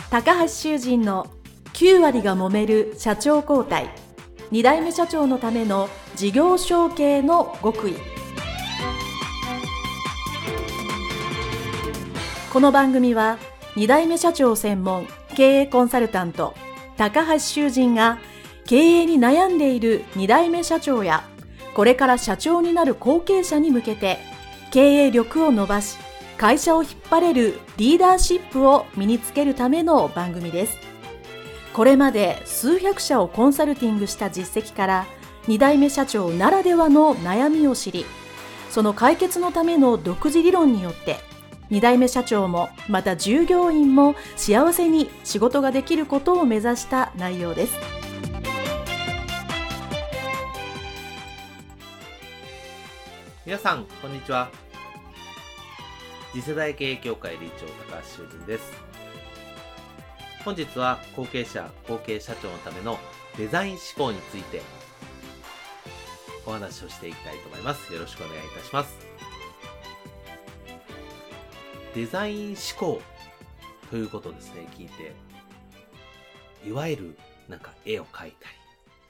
高橋修人の9割が揉める社長交代、2代目社長のための事業承継の極意。この番組は2代目社長専門経営コンサルタント高橋修人が経営に悩んでいる2代目社長やこれから社長になる後継者に向けて経営力を伸ばし会社を引っ張れるリーダーシップを身につけるための番組です。これまで数百社をコンサルティングした実績から2代目社長ならではの悩みを知り、その解決のための独自理論によって2代目社長もまた従業員も幸せに仕事ができることを目指した内容です。 皆さんこんにちは。次世代経営協会理事長高橋修人です。本日は後継者後継社長のためのデザイン思考についてお話をしていきたいと思います。よろしくお願いいたします。デザイン思考ということをですね、聞いて、いわゆる絵を描いたり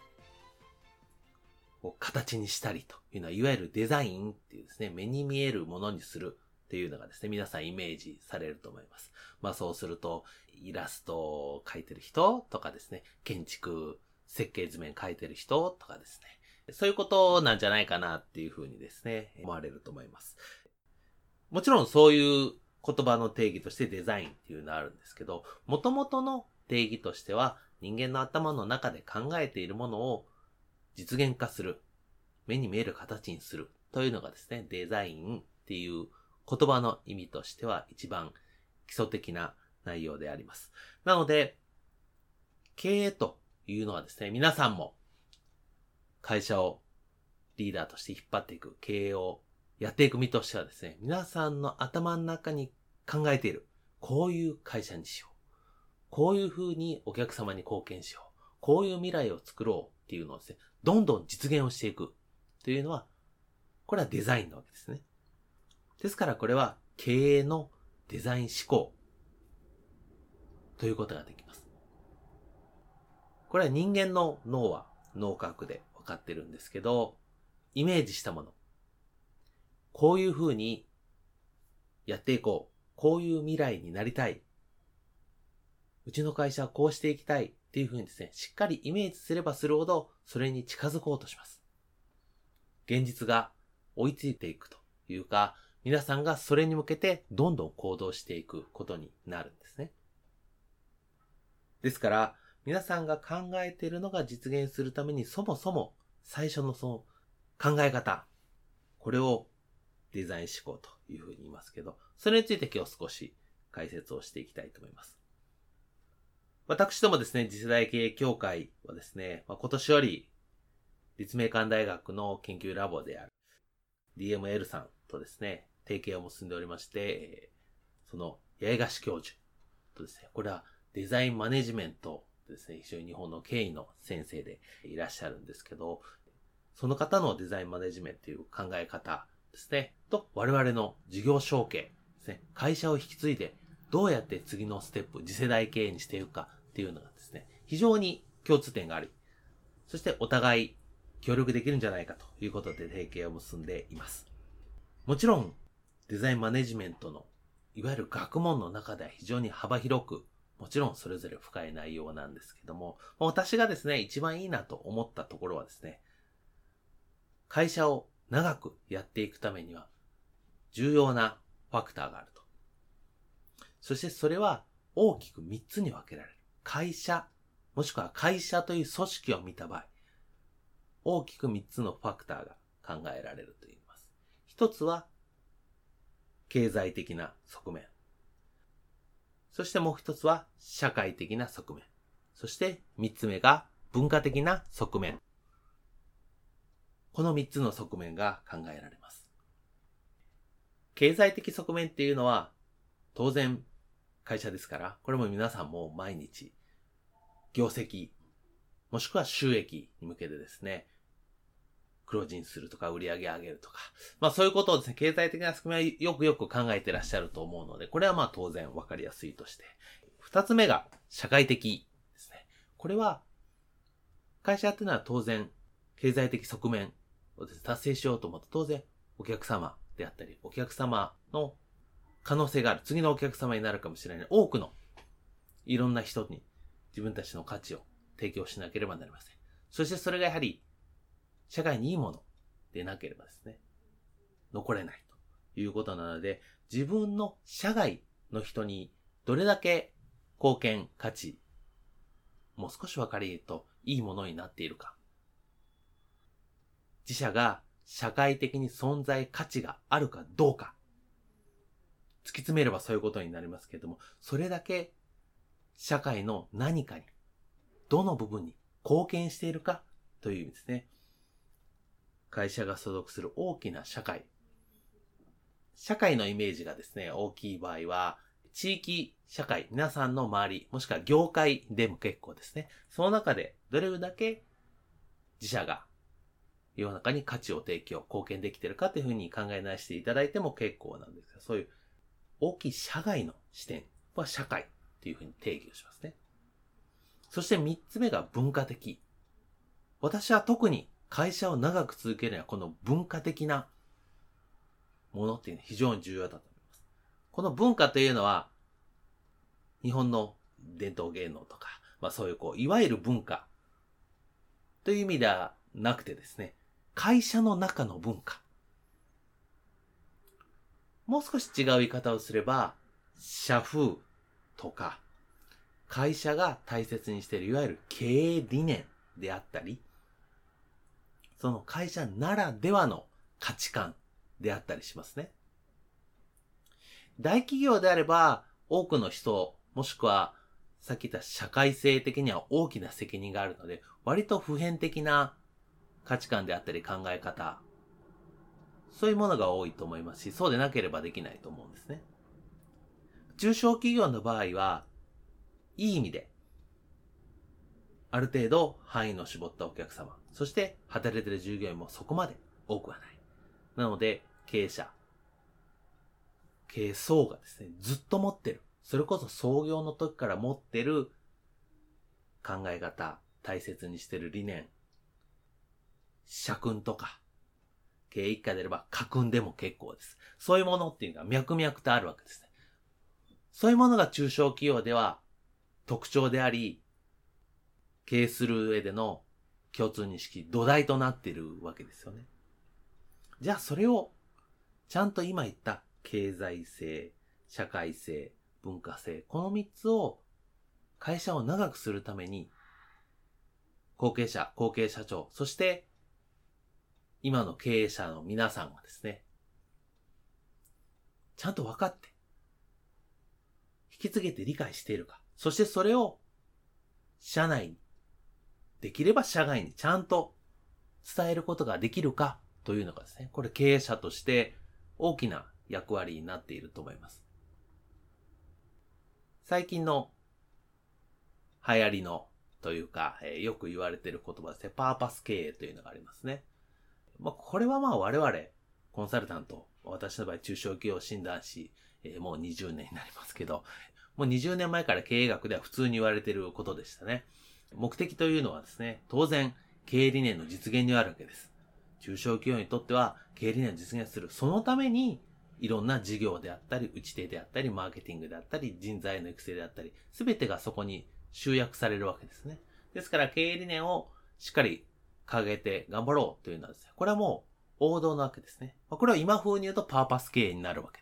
形にしたりというのは、いわゆるデザインっていうですね、目に見えるものにするっていうのがですね、皆さんイメージされると思います。そうすると、イラストを描いてる人とかですね、建築設計図面描いてる人とかですね、そういうことなんじゃないかなっていうふうにですね、思われると思います。もちろんそういう言葉の定義としてデザインっていうのはあるんですけど、元々の定義としては、人間の頭の中で考えているものを実現化する、目に見える形にするというのがですね、デザインっていう言葉の意味としては一番基礎的な内容であります。なので、経営というのはですね、皆さんも会社をリーダーとして引っ張っていく、経営をやっていく身としてはですね、皆さんの頭の中に考えている、こういう会社にしよう。こういう風にお客様に貢献しよう。こういう未来を作ろうっていうのをですね、どんどん実現をしていくというのは、これはデザインなわけですね。ですからこれは経営のデザイン思考ということができます。これは人間の脳は脳科学で分かってるんですけど、イメージしたもの、こういう風にやっていこう、こういう未来になりたい、うちの会社はこうしていきたいっていう風にですね、しっかりイメージすればするほどそれに近づこうとします。現実が追いついていくというか、皆さんがそれに向けてどんどん行動していくことになるんですね。ですから、皆さんが考えているのが実現するために、そもそも最初のその考え方、これをデザイン思考というふうに言いますけど、それについて今日少し解説をしていきたいと思います。私どもですね、次世代経営協会はですね、今年より立命館大学の研究ラボである DML さんとですね、提携を結んでおりまして、その八重樫教授とですね、これはデザインマネジメントですね、非常に日本の権威の先生でいらっしゃるんですけど、その方のデザインマネジメントという考え方ですね、と我々の事業承継ですね、会社を引き継いでどうやって次のステップ、次世代経営にしていくかっていうのがですね、非常に共通点があり、そしてお互い協力できるんじゃないかということで提携を結んでいます。もちろんデザインマネジメントのいわゆる学問の中では非常に幅広く、もちろんそれぞれ深い内容なんですけども、私がですね、一番いいなと思ったところはですね、会社を長くやっていくためには重要なファクターがあると。そしてそれは大きく3つに分けられる。会社、もしくは会社という組織を見た場合、大きく3つのファクターが考えられると言います。一つは経済的な側面。そしてもう一つは社会的な側面。そして3つ目が文化的な側面。この3つの側面が考えられます。経済的側面っていうのは当然会社ですから、これも皆さんも毎日業績、もしくは収益に向けてですね、黒字にするとか売り上げ上げるとか、そういうことをですね、経済的な側面はよく考えていらっしゃると思うので、これは当然わかりやすいとして、 二つ目が社会的ですね。これは、会社っていうのは当然、経済的側面を達成しようと思うと当然、お客様であったり、お客様の可能性がある。次のお客様になるかもしれない。多くのいろんな人に自分たちの価値を提供しなければなりません。そしてそれがやはり社会にいいものでなければですね、残れないということなので、自分の社外の人にどれだけ貢献、価値、もう少し分かり言うといいものになっているか。自社が社会的に存在価値があるかどうか。突き詰めればそういうことになりますけれども、それだけ社会の何かに、どの部分に貢献しているかという意味ですね。会社が所属する大きな社会。社会のイメージがですね、大きい場合は、地域社会、皆さんの周り、もしくは業界でも結構ですね。その中でどれだけ自社が世の中に価値を提供、貢献できているかというふうに考え直していただいても結構なんですが、そういう大きい社外の視点は社会というふうに定義をしますね。そして三つ目が文化的。私は特に会社を長く続けるにはこの文化的なものっていうのは非常に重要だと思います。この文化というのは日本の伝統芸能とか、そういういわゆる文化という意味ではなくてですね、会社の中の文化。もう少し違う言い方をすれば、社風とか、会社が大切にしているいわゆる経営理念であったり、その会社ならではの価値観であったりしますね。大企業であれば、多くの人、もしくはさっき言った社会性的には大きな責任があるので、割と普遍的な価値観であったり考え方、そういうものが多いと思いますし、そうでなければできないと思うんですね。中小企業の場合は、いい意味で、ある程度範囲の絞ったお客様、そして働いている従業員もそこまで多くはない。なので、経営層がですね、ずっと持ってる。それこそ創業の時から持ってる考え方、大切にしてる理念、社訓とか、経営一家であれば家訓でも結構です。そういうものっていうのが脈々とあるわけですね。そういうものが中小企業では特徴であり、経営する上での共通認識、土台となっているわけですよね。じゃあそれをちゃんと今言った経済性、社会性、文化性、この3つを会社を長くするために後継者、後継社長、そして今の経営者の皆さんがですね、ちゃんと分かって、引き継げて理解しているか、そしてそれを社内に、できれば社外にちゃんと伝えることができるかというのがですね、これ経営者として大きな役割になっていると思います。最近の流行りのというか、よく言われている言葉ですね、パーパス経営というのがありますね。これは我々、コンサルタント、私の場合中小企業診断士、もう20年になりますけど、もう20年前から経営学では普通に言われていることでしたね。目的というのはですね、当然経営理念の実現にあるわけです。中小企業にとっては経営理念を実現する。そのためにいろんな事業であったり、打ち手であったり、マーケティングであったり、人材の育成であったり、すべてがそこに集約されるわけですね。ですから経営理念をしっかり掲げて頑張ろうというのはですね、これはもう王道なわけですね。これは今風に言うとパーパス経営になるわけです。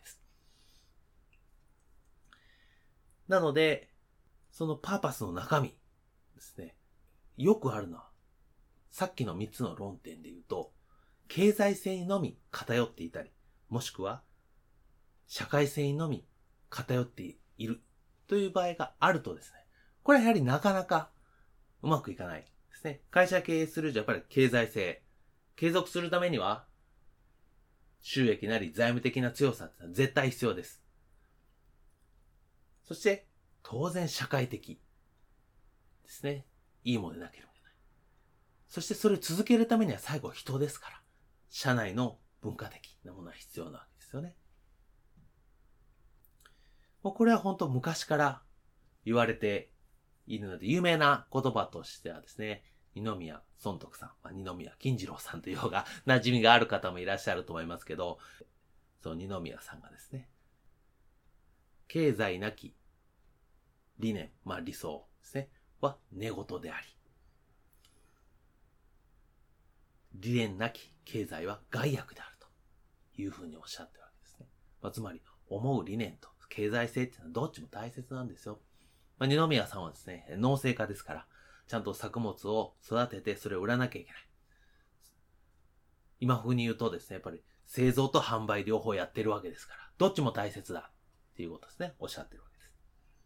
なので、そのパーパスの中身ですね、よくあるのは、さっきの3つの論点で言うと、経済性にのみ偏っていたり、もしくは社会性にのみ偏っているという場合があるとですね、これはやはりなかなかうまくいかないですね。会社経営するじゃやっぱり経済性、継続するためには収益なり財務的な強さってのは絶対必要です。そして当然社会的ですね。いいものでなければいけない。そしてそれを続けるためには最後は人ですから、社内の文化的なものが必要なわけですよね。もうこれは本当昔から言われているので、有名な言葉としてはですね、二宮尊徳さん、二宮金次郎さんという方が馴染みがある方もいらっしゃると思いますけど、その二宮さんがですね、経済なき理念、理想ですね、は寝言であり、理念なき経済は害悪であるというふうにおっしゃってるわけですね。つまり、思う理念と経済性っていうのはどっちも大切なんですよ。二宮さんはですね、農政家ですから、ちゃんと作物を育ててそれを売らなきゃいけない。今風に言うとですね、やっぱり製造と販売両方やってるわけですから、どっちも大切だっていうことですね、おっしゃってるわけです。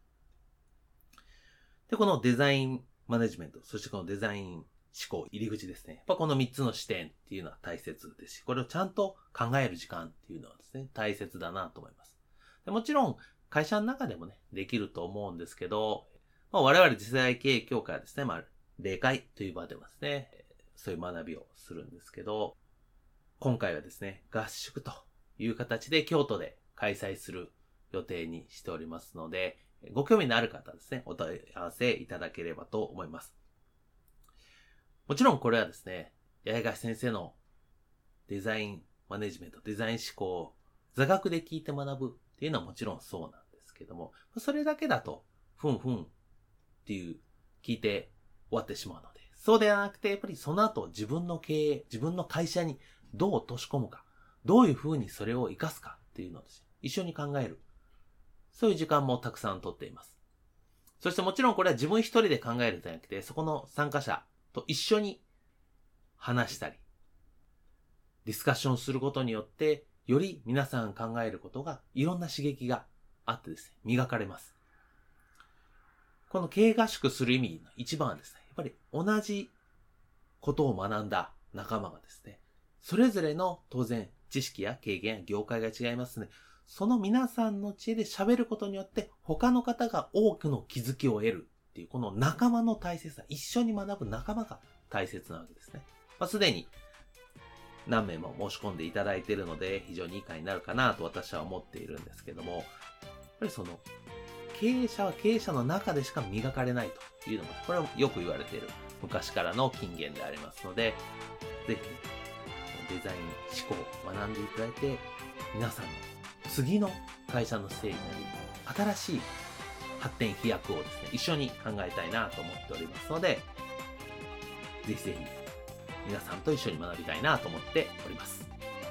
で、このデザインマネジメント、そしてこのデザイン思考、入り口ですね。やっぱこの3つの視点っていうのは大切ですし、これをちゃんと考える時間っていうのはですね、大切だなと思います。でもちろん、会社の中でもね、できると思うんですけど、我々次世代経営協会はですね、例会という場ではですね、そういう学びをするんですけど、今回はですね、合宿という形で京都で開催する予定にしておりますので、ご興味のある方はですね、お問い合わせいただければと思います。もちろんこれはですね、八重樫先生のデザインマネジメント、デザイン思考を座学で聞いて学ぶっていうのはもちろんそうなんですけども、それだけだと、ふんふんっていう聞いて終わってしまうので、そうではなくて、やっぱりその後自分の経営、自分の会社にどう落とし込むか、どういうふうにそれを活かすかっていうのをですね、一緒に考える。そういう時間もたくさんとっています。そしてもちろんこれは自分一人で考えるんじゃなくて、そこの参加者と一緒に話したり、ディスカッションすることによって、より皆さん考えることがいろんな刺激があってですね、磨かれます。この経営合宿する意味の一番はですね、やっぱり同じことを学んだ仲間がですね、それぞれの当然知識や経験や業界が違いますね。その皆さんの知恵で喋ることによって他の方が多くの気づきを得るっていうこの仲間の大切さ、一緒に学ぶ仲間が大切なわけですね。すでに何名も申し込んでいただいているので非常にいい会になるかなと私は思っているんですけども、やっぱりその経営者は経営者の中でしか磨かれないというのも、これはよく言われている昔からの金言でありますので、ぜひデザイン思考を学んでいただいて、皆さんの次の会社のステージなり、新しい発展飛躍をですね、一緒に考えたいなと思っておりますので、ぜひぜひ皆さんと一緒に学びたいなと思っております。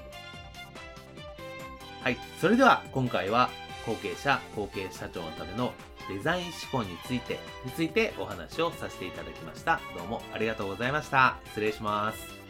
はい。それでは今回は後継者、後継社長のためのデザイン思考についてお話をさせていただきました。どうもありがとうございました。失礼します。